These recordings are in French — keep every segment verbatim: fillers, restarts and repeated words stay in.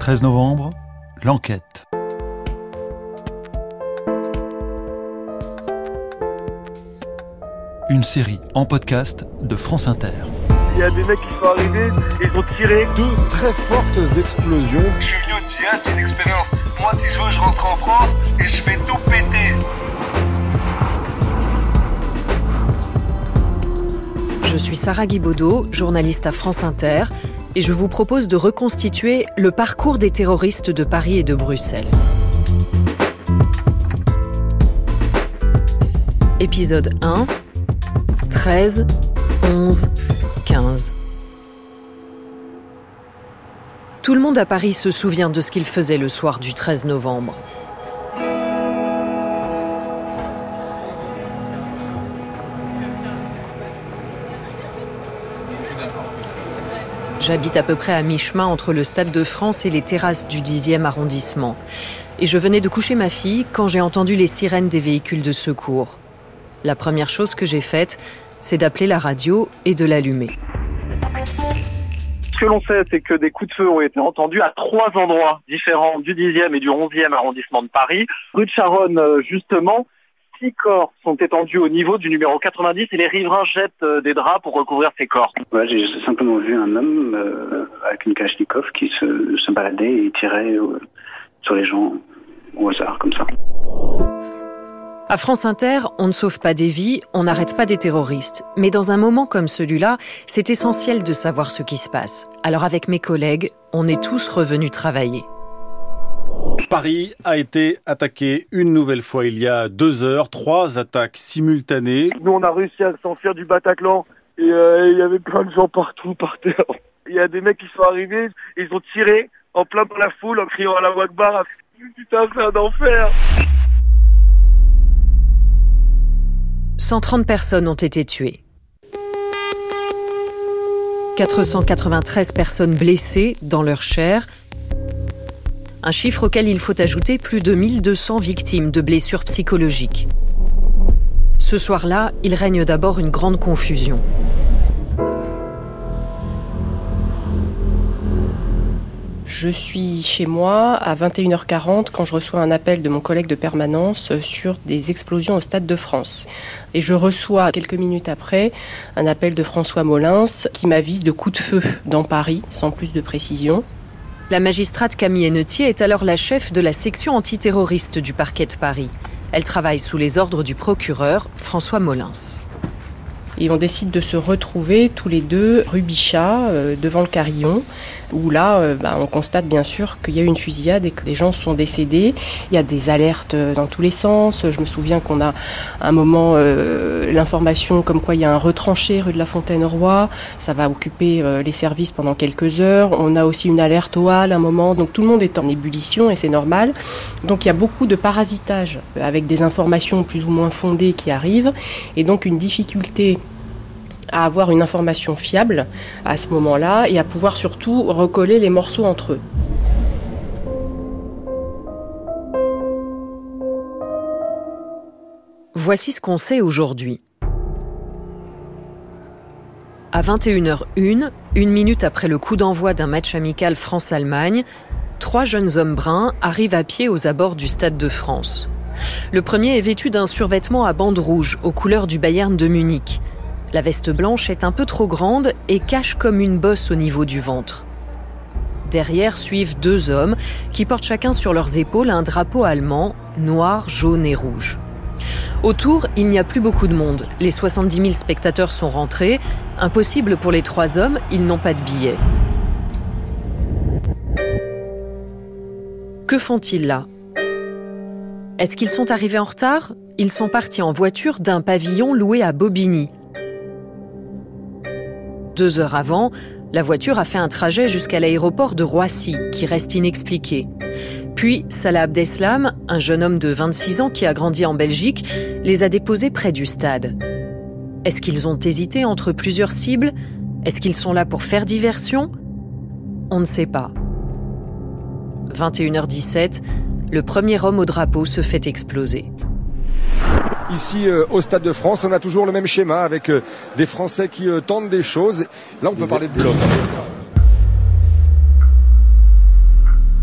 treize novembre, l'enquête. Une série en podcast de France Inter. Il y a des mecs qui sont arrivés, ils ont tiré. Deux très fortes explosions. Je suis venu au Djihad, c'est une expérience. Moi, si je veux, je rentre en France et je fais tout péter. Je suis Sarah Guibaudot, journaliste à France Inter, et je vous propose de reconstituer le parcours des terroristes de Paris et de Bruxelles. Épisode un, treize, onze, quinze. Tout le monde à Paris se souvient de ce qu'il faisait le soir du treize novembre. J'habite à peu près à mi-chemin entre le Stade de France et les terrasses du dixième arrondissement. Et je venais de coucher ma fille quand j'ai entendu les sirènes des véhicules de secours. La première chose que j'ai faite, c'est d'appeler la radio et de l'allumer. Ce que l'on sait, c'est que des coups de feu ont été entendus à trois endroits différents du dixième et du onzième arrondissement de Paris. Rue de Charonne, justement, six corps sont étendus au niveau du numéro quatre-vingt-dix et les riverains jettent des draps pour recouvrir ces corps. Ouais, j'ai simplement vu un homme euh, avec une kalachnikov qui se, se baladait et tirait euh, sur les gens au hasard, comme ça. À France Inter, on ne sauve pas des vies, on n'arrête pas des terroristes. Mais dans un moment comme celui-là, c'est essentiel de savoir ce qui se passe. Alors avec mes collègues, on est tous revenus travailler. Paris a été attaqué une nouvelle fois il y a deux heures, trois attaques simultanées. Nous, on a réussi à s'enfuir du Bataclan et euh, il y avait plein de gens partout par terre. Il y a des mecs qui sont arrivés, ils ont tiré en plein dans la foule en criant à la Wakbar. Putain, c'est un enfer. cent trente personnes ont été tuées. quatre cent quatre-vingt-treize personnes blessées dans leur chair. Un chiffre auquel il faut ajouter plus de mille deux cents victimes de blessures psychologiques. Ce soir-là, il règne d'abord une grande confusion. Je suis chez moi à vingt et une heures quarante quand je reçois un appel de mon collègue de permanence sur des explosions au Stade de France. Et je reçois quelques minutes après un appel de François Molins qui m'avise de coups de feu dans Paris, sans plus de précision. La magistrate Camille Hennetier est alors la chef de la section antiterroriste du parquet de Paris. Elle travaille sous les ordres du procureur François Molins. Et on décide de se retrouver tous les deux rue Bichat, euh, devant le Carillon, où là, euh, bah, on constate bien sûr qu'il y a eu une fusillade et que des gens sont décédés. Il y a des alertes dans tous les sens. Je me souviens qu'on a à un moment euh, l'information comme quoi il y a un retranché rue de la Fontaine-au-Roi. Ça va occuper euh, les services pendant quelques heures. On a aussi une alerte au hall à un moment. Donc tout le monde est en ébullition et c'est normal. Donc il y a beaucoup de parasitage avec des informations plus ou moins fondées qui arrivent. Et donc une difficulté à avoir une information fiable à ce moment-là et à pouvoir surtout recoller les morceaux entre eux. Voici ce qu'on sait aujourd'hui. À vingt et une heures une, une minute après le coup d'envoi d'un match amical France-Allemagne, trois jeunes hommes bruns arrivent à pied aux abords du Stade de France. Le premier est vêtu d'un survêtement à bandes rouges aux couleurs du Bayern de Munich. La veste blanche est un peu trop grande et cache comme une bosse au niveau du ventre. Derrière suivent deux hommes qui portent chacun sur leurs épaules un drapeau allemand, noir, jaune et rouge. Autour, il n'y a plus beaucoup de monde. Les soixante-dix mille spectateurs sont rentrés. Impossible pour les trois hommes, ils n'ont pas de billets. Que font-ils là ? Est-ce qu'ils sont arrivés en retard ? Ils sont partis en voiture d'un pavillon loué à Bobigny. Deux heures avant, la voiture a fait un trajet jusqu'à l'aéroport de Roissy, qui reste inexpliqué. Puis, Salah Abdeslam, un jeune homme de vingt-six ans qui a grandi en Belgique, les a déposés près du stade. Est-ce qu'ils ont hésité entre plusieurs cibles ? Est-ce qu'ils sont là pour faire diversion ? On ne sait pas. vingt et une heures dix-sept, le premier homme au drapeau se fait exploser. Ici euh, au Stade de France, on a toujours le même schéma avec euh, des Français qui euh, tentent des choses. Là, on peut parler de bloc. C'est ça.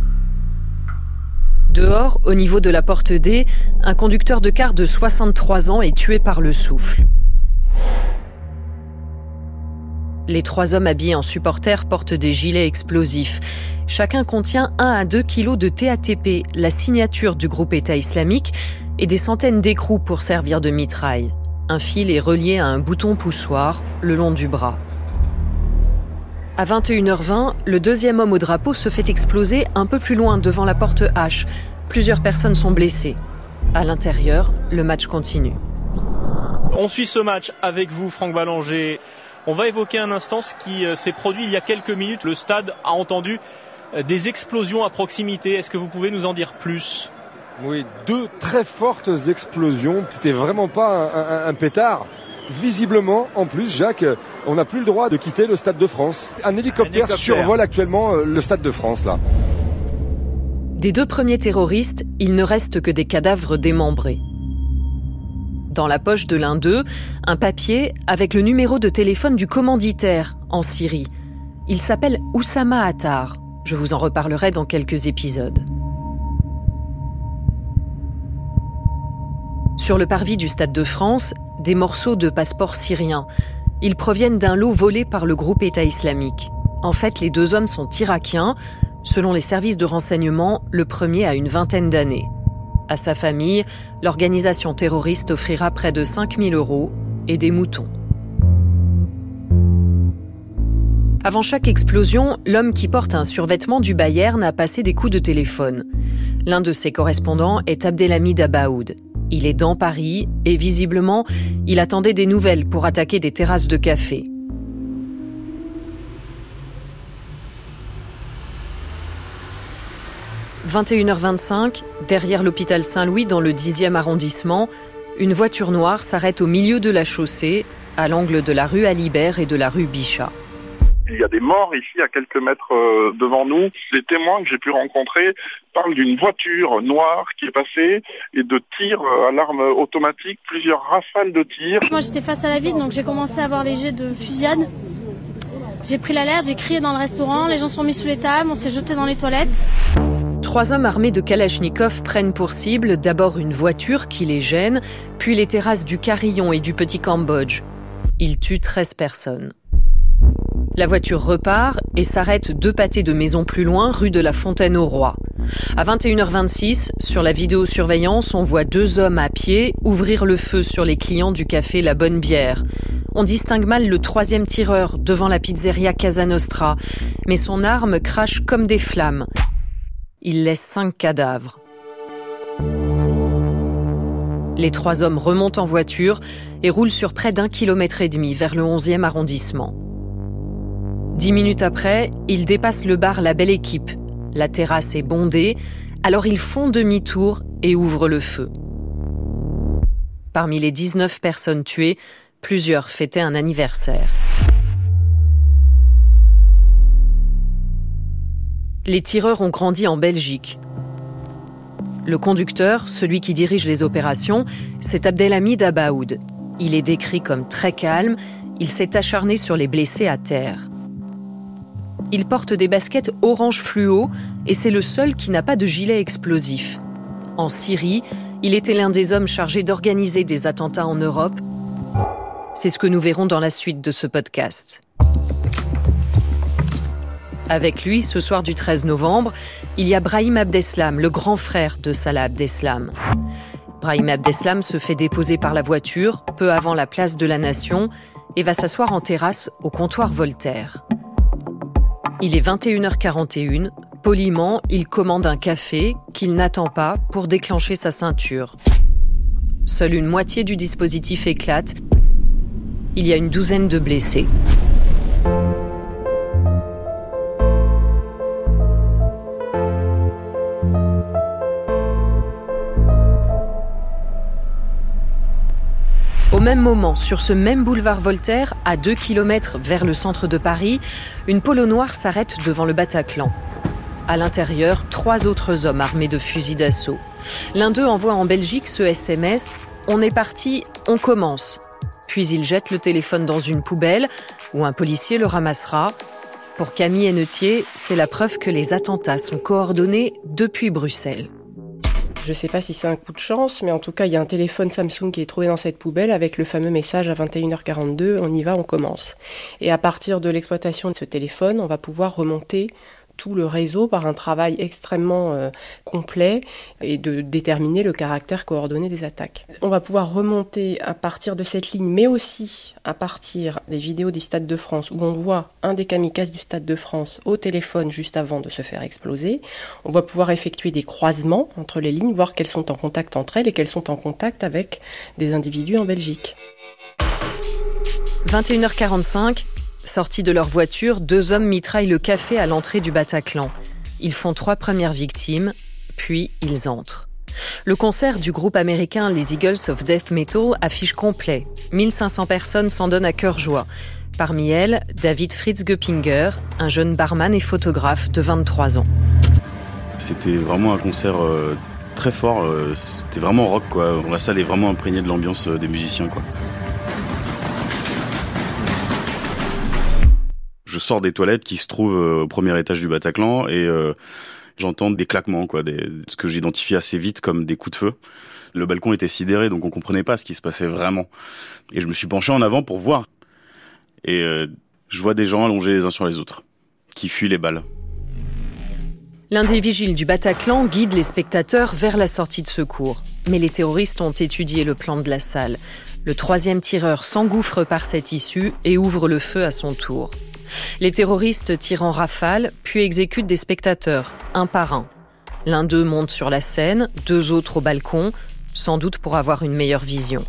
Dehors, au niveau de la porte D, un conducteur de car de soixante-trois ans est tué par le souffle. Les trois hommes habillés en supporters portent des gilets explosifs. Chacun contient un à deux kilos de T A T P, la signature du groupe État islamique, et des centaines d'écrous pour servir de mitraille. Un fil est relié à un bouton poussoir le long du bras. À vingt et une heures vingt, le deuxième homme au drapeau se fait exploser un peu plus loin devant la porte H. Plusieurs personnes sont blessées. À l'intérieur, le match continue. On suit ce match avec vous, Franck Ballanger. On va évoquer un instant ce qui s'est produit il y a quelques minutes. Le stade a entendu des explosions à proximité. Est-ce que vous pouvez nous en dire plus ? Oui, deux très fortes explosions. C'était vraiment pas un, un, un pétard. Visiblement, en plus, Jacques, on n'a plus le droit de quitter le Stade de France. Un hélicoptère, un hélicoptère survole actuellement le Stade de France, là. Des deux premiers terroristes, il ne reste que des cadavres démembrés. Dans la poche de l'un d'eux, un papier avec le numéro de téléphone du commanditaire en Syrie. Il s'appelle Oussama Attar. Je vous en reparlerai dans quelques épisodes. Sur le parvis du Stade de France, des morceaux de passeports syriens. Ils proviennent d'un lot volé par le groupe État islamique. En fait, les deux hommes sont irakiens. Selon les services de renseignement, le premier a une vingtaine d'années. À sa famille, l'organisation terroriste offrira près de cinq mille euros et des moutons. Avant chaque explosion, l'homme qui porte un survêtement du Bayern a passé des coups de téléphone. L'un de ses correspondants est Abdelhamid Abaoud. Il est dans Paris et visiblement, il attendait des nouvelles pour attaquer des terrasses de café. vingt et une heures vingt-cinq, derrière l'hôpital Saint-Louis dans le dixième arrondissement, une voiture noire s'arrête au milieu de la chaussée, à l'angle de la rue Alibert et de la rue Bichat. Il y a des morts ici à quelques mètres euh, devant nous. Les témoins que j'ai pu rencontrer parlent d'une voiture noire qui est passée et de tirs à l'arme automatique, plusieurs rafales de tirs. Moi j'étais face à la vitre, donc j'ai commencé à avoir les jets de fusillade. J'ai pris l'alerte, j'ai crié dans le restaurant, les gens sont mis sous les tables, on s'est jeté dans les toilettes. Trois hommes armés de Kalachnikov prennent pour cible d'abord une voiture qui les gêne, puis les terrasses du Carillon et du Petit Cambodge. Ils tuent treize personnes. La voiture repart et s'arrête deux pâtés de maisons plus loin, rue de la Fontaine-au-Roi. À vingt et une heures vingt-six, sur la vidéosurveillance, on voit deux hommes à pied ouvrir le feu sur les clients du café La Bonne Bière. On distingue mal le troisième tireur devant la pizzeria Casa Nostra, mais son arme crache comme des flammes. Il laisse cinq cadavres. Les trois hommes remontent en voiture et roulent sur près d'un kilomètre et demi vers le onzième arrondissement. Dix minutes après, ils dépassent le bar La Belle Équipe. La terrasse est bondée, alors ils font demi-tour et ouvrent le feu. Parmi les dix-neuf personnes tuées, plusieurs fêtaient un anniversaire. Les tireurs ont grandi en Belgique. Le conducteur, celui qui dirige les opérations, c'est Abdelhamid Abaoud. Il est décrit comme très calme, il s'est acharné sur les blessés à terre. Il porte des baskets orange fluo et c'est le seul qui n'a pas de gilet explosif. En Syrie, il était l'un des hommes chargés d'organiser des attentats en Europe. C'est ce que nous verrons dans la suite de ce podcast. Avec lui, ce soir du treize novembre, il y a Brahim Abdeslam, le grand frère de Salah Abdeslam. Brahim Abdeslam se fait déposer par la voiture, peu avant la place de la Nation, et va s'asseoir en terrasse au comptoir Voltaire. Il est vingt et une heures quarante et une. Poliment, il commande un café qu'il n'attend pas pour déclencher sa ceinture. Seule une moitié du dispositif éclate. Il y a une douzaine de blessés. Au même moment, sur ce même boulevard Voltaire, à deux kilomètres vers le centre de Paris, une polo noire s'arrête devant le Bataclan. À l'intérieur, trois autres hommes armés de fusils d'assaut. L'un d'eux envoie en Belgique ce S M S « On est parti, on commence ». Puis il jette le téléphone dans une poubelle où un policier le ramassera. Pour Camille Hennetier, c'est la preuve que les attentats sont coordonnés depuis Bruxelles. Je ne sais pas si c'est un coup de chance, mais en tout cas, il y a un téléphone Samsung qui est trouvé dans cette poubelle avec le fameux message à vingt et une heures quarante-deux, on y va, on commence. Et à partir de l'exploitation de ce téléphone, on va pouvoir remonter tout le réseau par un travail extrêmement euh, complet et de déterminer le caractère coordonné des attaques. On va pouvoir remonter à partir de cette ligne, mais aussi à partir des vidéos du Stade de France où on voit un des kamikazes du Stade de France au téléphone juste avant de se faire exploser. On va pouvoir effectuer des croisements entre les lignes, voir qu'elles sont en contact entre elles et qu'elles sont en contact avec des individus en Belgique. vingt et une heures quarante-cinq, sortis de leur voiture, deux hommes mitraillent le café à l'entrée du Bataclan. Ils font trois premières victimes, puis ils entrent. Le concert du groupe américain les Eagles of Death Metal affiche complet. mille cinq cents personnes s'en donnent à cœur joie. Parmi elles, David Fritz Göppinger, un jeune barman et photographe de vingt-trois ans. C'était vraiment un concert euh, très fort, euh, c'était vraiment rock, quoi. La salle est vraiment imprégnée de l'ambiance euh, des musiciens, quoi. Je sors des toilettes qui se trouvent au premier étage du Bataclan et euh, j'entends des claquements, quoi, des, ce que j'identifie assez vite comme des coups de feu. Le balcon était sidéré, donc on comprenait pas ce qui se passait vraiment. Et je me suis penché en avant pour voir. Et euh, je vois des gens allongés les uns sur les autres, qui fuient les balles. L'un des vigiles du Bataclan guide les spectateurs vers la sortie de secours. Mais les terroristes ont étudié le plan de la salle. Le troisième tireur s'engouffre par cette issue et ouvre le feu à son tour. Les terroristes tirent en rafale, puis exécutent des spectateurs, un par un. L'un d'eux monte sur la scène, deux autres au balcon, sans doute pour avoir une meilleure vision.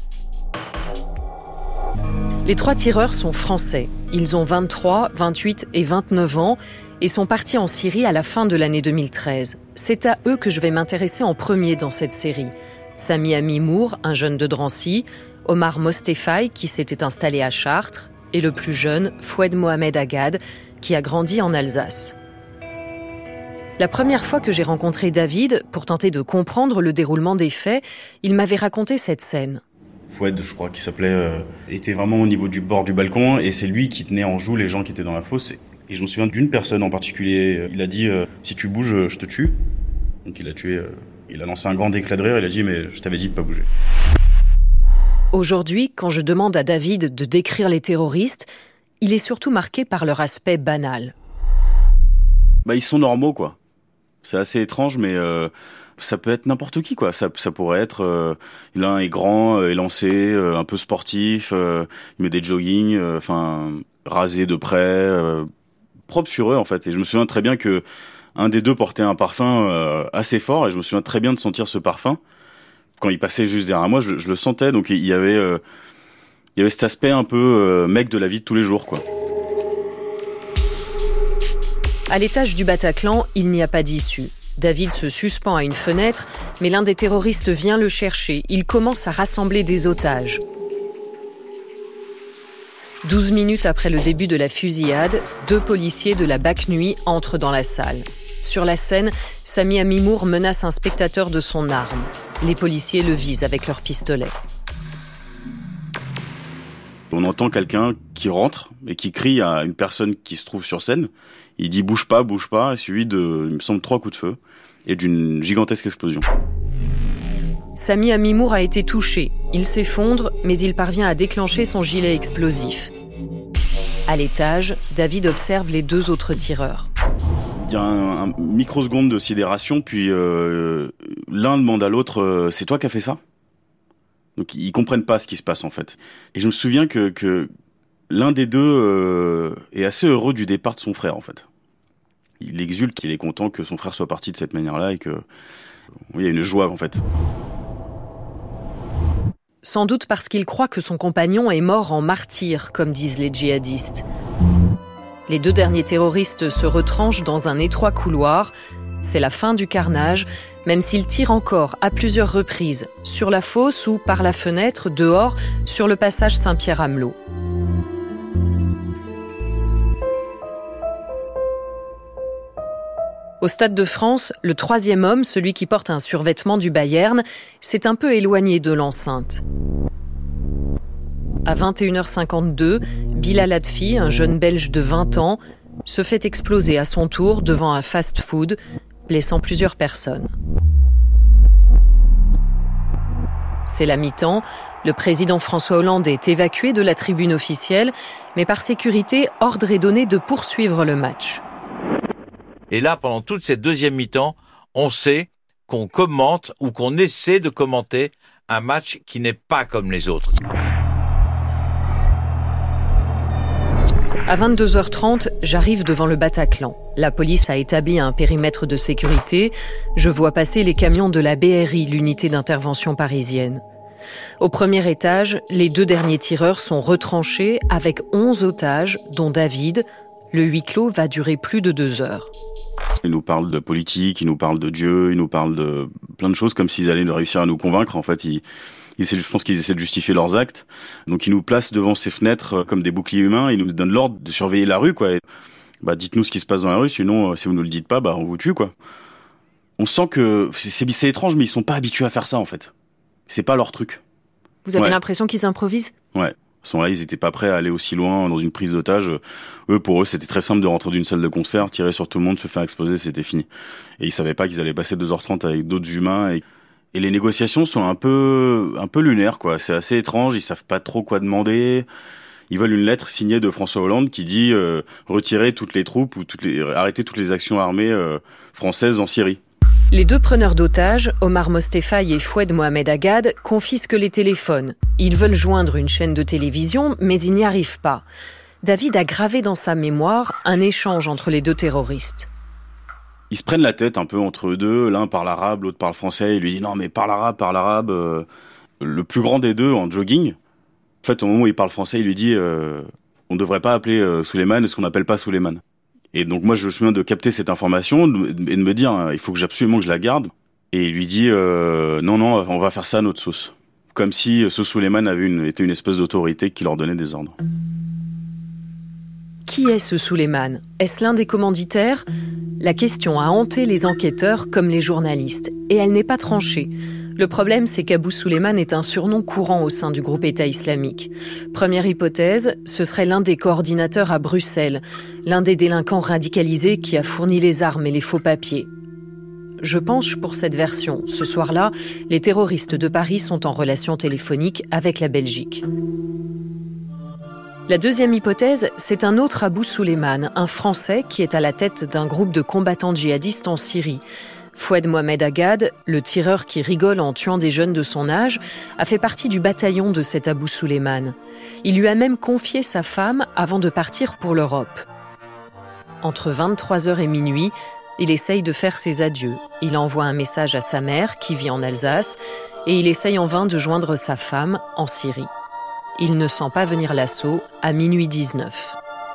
Les trois tireurs sont français. Ils ont vingt-trois, vingt-huit et vingt-neuf ans et sont partis en Syrie à la fin de l'année deux mille treize. C'est à eux que je vais m'intéresser en premier dans cette série. Sami Amimour, un jeune de Drancy, Omar Mostefai, qui s'était installé à Chartres, et le plus jeune, Foued Mohamed Agad, qui a grandi en Alsace. La première fois que j'ai rencontré David, pour tenter de comprendre le déroulement des faits, il m'avait raconté cette scène. Foued, je crois qu'il s'appelait, euh, était vraiment au niveau du bord du balcon, et c'est lui qui tenait en joue les gens qui étaient dans la fosse. Et je me souviens d'une personne en particulier, il a dit euh, « si tu bouges, je te tue ». Donc il a tué, euh, il a lancé un grand éclat de rire, il a dit « mais je t'avais dit de pas bouger ». Aujourd'hui, quand je demande à David de décrire les terroristes, il est surtout marqué par leur aspect banal. Bah, ils sont normaux, quoi. C'est assez étrange, mais euh, ça peut être n'importe qui, quoi. Ça, ça pourrait être... Euh, l'un est grand, euh, élancé, euh, un peu sportif, euh, il met des joggings, enfin, euh, rasé de près, euh, propre sur eux, en fait. Et je me souviens très bien que un des deux portait un parfum euh, assez fort, et je me souviens très bien de sentir ce parfum. Quand il passait juste derrière moi, je, je le sentais, donc il y avait, euh, il y avait cet aspect un peu euh, mec de la vie de tous les jours, quoi. À l'étage du Bataclan, il n'y a pas d'issue. David se suspend à une fenêtre, mais l'un des terroristes vient le chercher. Il commence à rassembler des otages. Douze minutes après le début de la fusillade, deux policiers de la B A C N U I entrent dans la salle. Sur la scène, Sami Amimour menace un spectateur de son arme. Les policiers le visent avec leurs pistolets. On entend quelqu'un qui rentre et qui crie à une personne qui se trouve sur scène. Il dit « bouge pas, bouge pas », suivi de, il me semble, trois coups de feu et d'une gigantesque explosion. Sami Amimour a été touché. Il s'effondre, mais il parvient à déclencher son gilet explosif. À l'étage, David observe les deux autres tireurs. Il y a un, un microseconde de sidération, puis euh, l'un demande à l'autre euh, « c'est toi qui as fait ça ?» Donc ils comprennent pas ce qui se passe en fait. Et je me souviens que, que l'un des deux euh, est assez heureux du départ de son frère en fait. Il exulte, il est content que son frère soit parti de cette manière-là et que il y a une joie en fait. Sans doute parce qu'il croit que son compagnon est mort en martyr, comme disent les djihadistes. Les deux derniers terroristes se retranchent dans un étroit couloir. C'est la fin du carnage, même s'ils tirent encore à plusieurs reprises, sur la fosse ou par la fenêtre, dehors, sur le passage Saint-Pierre-Amelot. Au Stade de France, le troisième homme, celui qui porte un survêtement du Bayern, s'est un peu éloigné de l'enceinte. À vingt et une heures cinquante-deux, Bilal Adfi, un jeune Belge de vingt ans, se fait exploser à son tour devant un fast-food, blessant plusieurs personnes. C'est la mi-temps. Le président François Hollande est évacué de la tribune officielle, mais par sécurité, ordre est donné de poursuivre le match. Et là, pendant toute cette deuxième mi-temps, on sait qu'on commente ou qu'on essaie de commenter un match qui n'est pas comme les autres. À vingt-deux heures trente, j'arrive devant le Bataclan. La police a établi un périmètre de sécurité. Je vois passer les camions de la B R I, l'unité d'intervention parisienne. Au premier étage, les deux derniers tireurs sont retranchés avec onze otages, dont David. Le huis clos va durer plus de deux heures. Ils nous parlent de politique, ils nous parlent de Dieu, ils nous parlent de plein de choses comme s'ils allaient réussir à nous convaincre. En fait, ils... je pense qu'ils essaient de justifier leurs actes. Donc ils nous placent devant ces fenêtres comme des boucliers humains. Ils nous donnent l'ordre de surveiller la rue, quoi. Et, bah, dites-nous ce qui se passe dans la rue, sinon, si vous ne le dites pas, bah, on vous tue, quoi. On sent que c'est, c'est, c'est étrange, mais ils sont pas habitués à faire ça, en fait. C'est pas leur truc. Vous avez ouais. l'impression qu'ils improvisent ? Ouais. À ce moment-là, ils étaient pas prêts à aller aussi loin dans une prise d'otage. Eux, pour eux, c'était très simple de rentrer d'une salle de concert, tirer sur tout le monde, se faire exploser, c'était fini. Et ils savaient pas qu'ils allaient passer deux heures trente avec d'autres humains et Et les négociations sont un peu, un peu lunaires, quoi. C'est assez étrange. Ils savent pas trop quoi demander. Ils veulent une lettre signée de François Hollande qui dit euh, retirer toutes les troupes ou toutes les, arrêter toutes les actions armées euh, françaises en Syrie. Les deux preneurs d'otages, Omar Mostefaï et Foued Mohamed Agad, confisquent les téléphones. Ils veulent joindre une chaîne de télévision, mais ils n'y arrivent pas. David a gravé dans sa mémoire un échange entre les deux terroristes. Ils se prennent la tête un peu entre eux deux, l'un parle arabe, l'autre parle français, il lui dit non mais parle arabe, parle arabe. Euh, le plus grand des deux en jogging, en fait au moment où il parle français, il lui dit euh, on devrait pas appeler euh, Souleymane, est-ce qu'on n'appelle pas Souleymane ? Et donc moi je me souviens de capter cette information et de me dire hein, il faut que absolument que je la garde. Et il lui dit euh, non non on va faire ça à notre sauce, comme si ce Souleymane avait une, était une espèce d'autorité qui leur donnait des ordres. Qui est ce Souleymane ? Est-ce l'un des commanditaires ? La question a hanté les enquêteurs comme les journalistes, et elle n'est pas tranchée. Le problème, c'est qu'Abou Souleymane est un surnom courant au sein du groupe État islamique. Première hypothèse, ce serait l'un des coordinateurs à Bruxelles, l'un des délinquants radicalisés qui a fourni les armes et les faux papiers. Je penche pour cette version. Ce soir-là, les terroristes de Paris sont en relation téléphonique avec la Belgique. La deuxième hypothèse, c'est un autre Abou Souleymane, un Français qui est à la tête d'un groupe de combattants djihadistes en Syrie. Foued Mohamed Agad, le tireur qui rigole en tuant des jeunes de son âge, a fait partie du bataillon de cet Abou Souleymane. Il lui a même confié sa femme avant de partir pour l'Europe. Entre vingt-trois heures et minuit, il essaye de faire ses adieux. Il envoie un message à sa mère, qui vit en Alsace, et il essaye en vain de joindre sa femme en Syrie. Il ne sent pas venir l'assaut à minuit dix-neuf.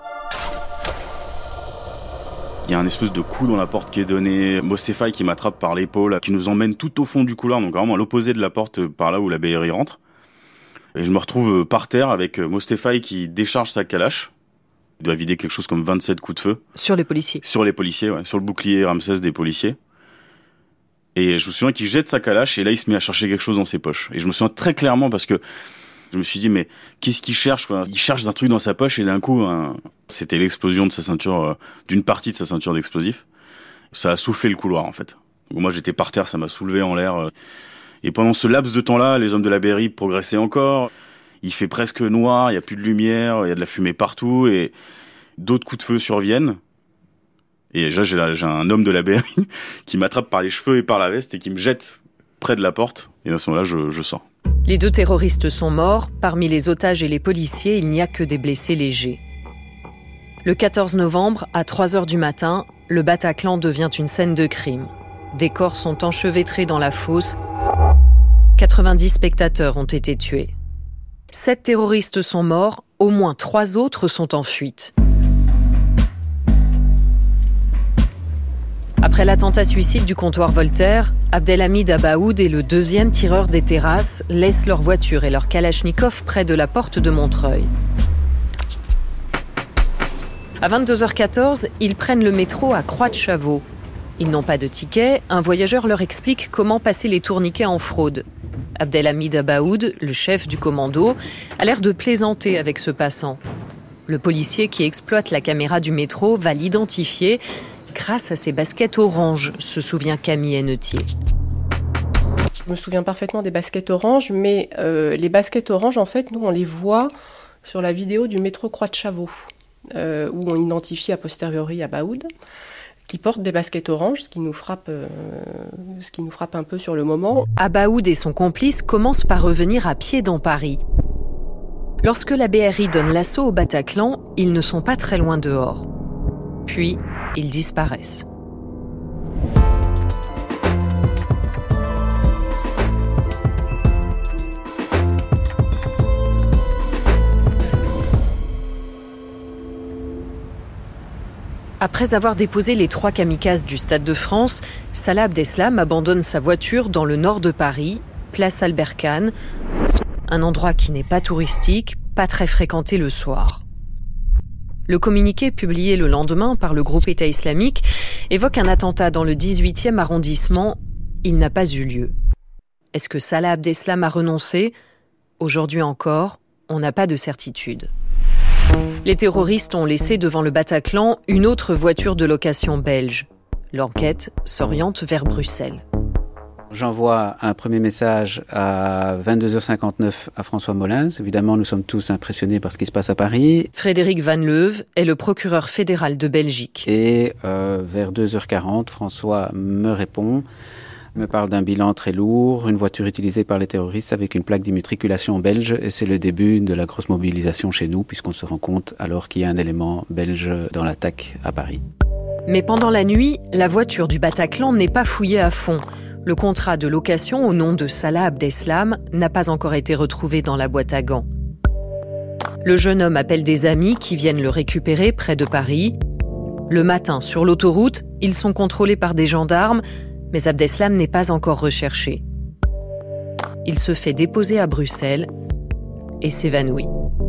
Il y a un espèce de coup dans la porte qui est donné, Mostefaï qui m'attrape par l'épaule, qui nous emmène tout au fond du couloir, donc vraiment à l'opposé de la porte par là où la B R I rentre. Et je me retrouve par terre avec Mostefaï qui décharge sa calache. Il doit vider quelque chose comme vingt-sept coups de feu. Sur les policiers. Sur les policiers, ouais, sur le bouclier Ramsès des policiers. Et je me souviens qu'il jette sa calache et là il se met à chercher quelque chose dans ses poches. Et je me souviens très clairement parce que je me suis dit, mais qu'est-ce qu'il cherche quoi ? Il cherche un truc dans sa poche et d'un coup, un... c'était l'explosion de sa ceinture, euh, d'une partie de sa ceinture d'explosifs. Ça a soufflé le couloir, en fait. Donc, moi, j'étais par terre, ça m'a soulevé en l'air. Euh... Et pendant ce laps de temps-là, les hommes de la B R I progressaient encore. Il fait presque noir, il n'y a plus de lumière, il y a de la fumée partout et d'autres coups de feu surviennent. Et là, j'ai, j'ai un homme de la B R I qui m'attrape par les cheveux et par la veste et qui me jette près de la porte. Et à ce moment-là, je, je sors. Les deux terroristes sont morts. Parmi les otages et les policiers, il n'y a que des blessés légers. Le quatorze novembre, à trois heures du matin, le Bataclan devient une scène de crime. Des corps sont enchevêtrés dans la fosse. quatre-vingt-dix spectateurs ont été tués. Sept terroristes sont morts, au moins trois autres sont en fuite. Après l'attentat-suicide du comptoir Voltaire, Abdelhamid Abaoud et le deuxième tireur des terrasses laissent leur voiture et leur kalachnikov près de la porte de Montreuil. À vingt-deux heures quatorze, ils prennent le métro à Croix-de-Chavaux. Ils n'ont pas de ticket, un voyageur leur explique comment passer les tourniquets en fraude. Abdelhamid Abaoud, le chef du commando, a l'air de plaisanter avec ce passant. Le policier qui exploite la caméra du métro va l'identifier grâce à ses baskets oranges, se souvient Camille Hennetier. Je me souviens parfaitement des baskets oranges, mais euh, les baskets oranges, en fait, nous, on les voit sur la vidéo du métro Croix de Chavaux, euh, où on identifie a posteriori Abaoud, qui porte des baskets oranges, ce qui nous frappe, euh, ce qui nous frappe un peu sur le moment. Abaoud et son complice commencent par revenir à pied dans Paris. Lorsque la B R I donne l'assaut au Bataclan, ils ne sont pas très loin dehors. Puis, ils disparaissent. Après avoir déposé les trois kamikazes du Stade de France, Salah Abdeslam abandonne sa voiture dans le nord de Paris, place Albert Kahn, un endroit qui n'est pas touristique, pas très fréquenté le soir. Le communiqué publié le lendemain par le groupe État islamique évoque un attentat dans le dix-huitième arrondissement. Il n'a pas eu lieu. Est-ce que Salah Abdeslam a renoncé ? Aujourd'hui encore, on n'a pas de certitude. Les terroristes ont laissé devant le Bataclan une autre voiture de location belge. L'enquête s'oriente vers Bruxelles. J'envoie un premier message à vingt-deux heures cinquante-neuf à François Molins. Évidemment, nous sommes tous impressionnés par ce qui se passe à Paris. Frédéric Van Leuve est le procureur fédéral de Belgique. Et euh, vers deux heures quarante, François me répond, me parle d'un bilan très lourd, une voiture utilisée par les terroristes avec une plaque d'immatriculation belge. Et c'est le début de la grosse mobilisation chez nous, puisqu'on se rend compte alors qu'il y a un élément belge dans l'attaque à Paris. Mais pendant la nuit, la voiture du Bataclan n'est pas fouillée à fond. Le contrat de location au nom de Salah Abdeslam n'a pas encore été retrouvé dans la boîte à gants. Le jeune homme appelle des amis qui viennent le récupérer près de Paris. Le matin, sur l'autoroute, ils sont contrôlés par des gendarmes, mais Abdeslam n'est pas encore recherché. Il se fait déposer à Bruxelles et s'évanouit.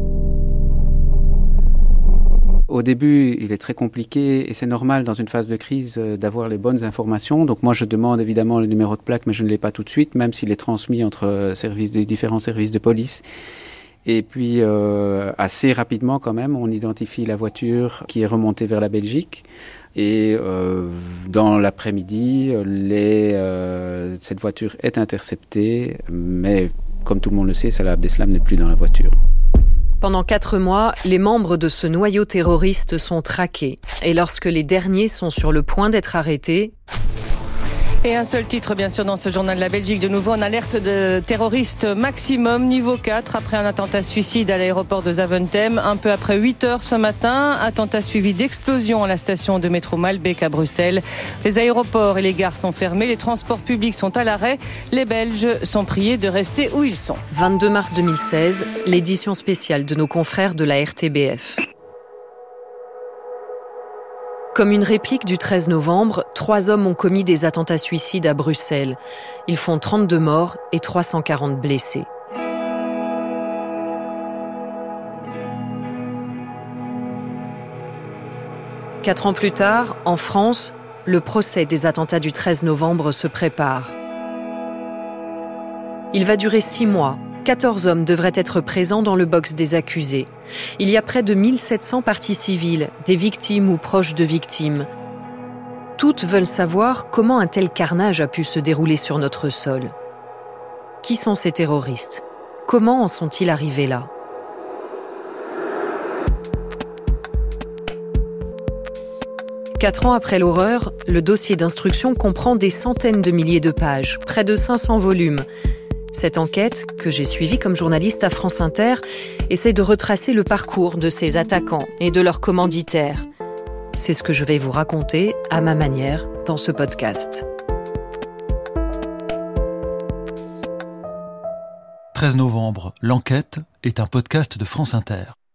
Au début, il est très compliqué et c'est normal dans une phase de crise d'avoir les bonnes informations. Donc moi, je demande évidemment le numéro de plaque, mais je ne l'ai pas tout de suite, même s'il est transmis entre services des différents services de police. Et puis, euh, assez rapidement quand même, on identifie la voiture qui est remontée vers la Belgique. Et euh, dans l'après-midi, les, euh, cette voiture est interceptée, mais comme tout le monde le sait, Salah Abdeslam n'est plus dans la voiture. Pendant quatre mois, les membres de ce noyau terroriste sont traqués. Et lorsque les derniers sont sur le point d'être arrêtés... Et un seul titre, bien sûr, dans ce journal de la Belgique. De nouveau, en alerte de terroriste maximum, niveau quatre, après un attentat suicide à l'aéroport de Zaventem. Un peu après huit heures ce matin, attentat suivi d'explosion à la station de métro Malbec à Bruxelles. Les aéroports et les gares sont fermés, les transports publics sont à l'arrêt. Les Belges sont priés de rester où ils sont. vingt-deux mars deux mille seize, l'édition spéciale de nos confrères de la R T B F. Comme une réplique du treize novembre, trois hommes ont commis des attentats suicides à Bruxelles. Ils font trente-deux morts et trois cent quarante blessés. Quatre ans plus tard, en France, le procès des attentats du treize novembre se prépare. Il va durer six mois. quatorze hommes devraient être présents dans le box des accusés. Il y a près de mille sept cents parties civiles, des victimes ou proches de victimes. Toutes veulent savoir comment un tel carnage a pu se dérouler sur notre sol. Qui sont ces terroristes ? Comment en sont-ils arrivés là ? Quatre ans après l'horreur, le dossier d'instruction comprend des centaines de milliers de pages, près de cinq cents volumes. Cette enquête, que j'ai suivie comme journaliste à France Inter, essaie de retracer le parcours de ces attaquants et de leurs commanditaires. C'est ce que je vais vous raconter, à ma manière, dans ce podcast. treize novembre, l'enquête est un podcast de France Inter.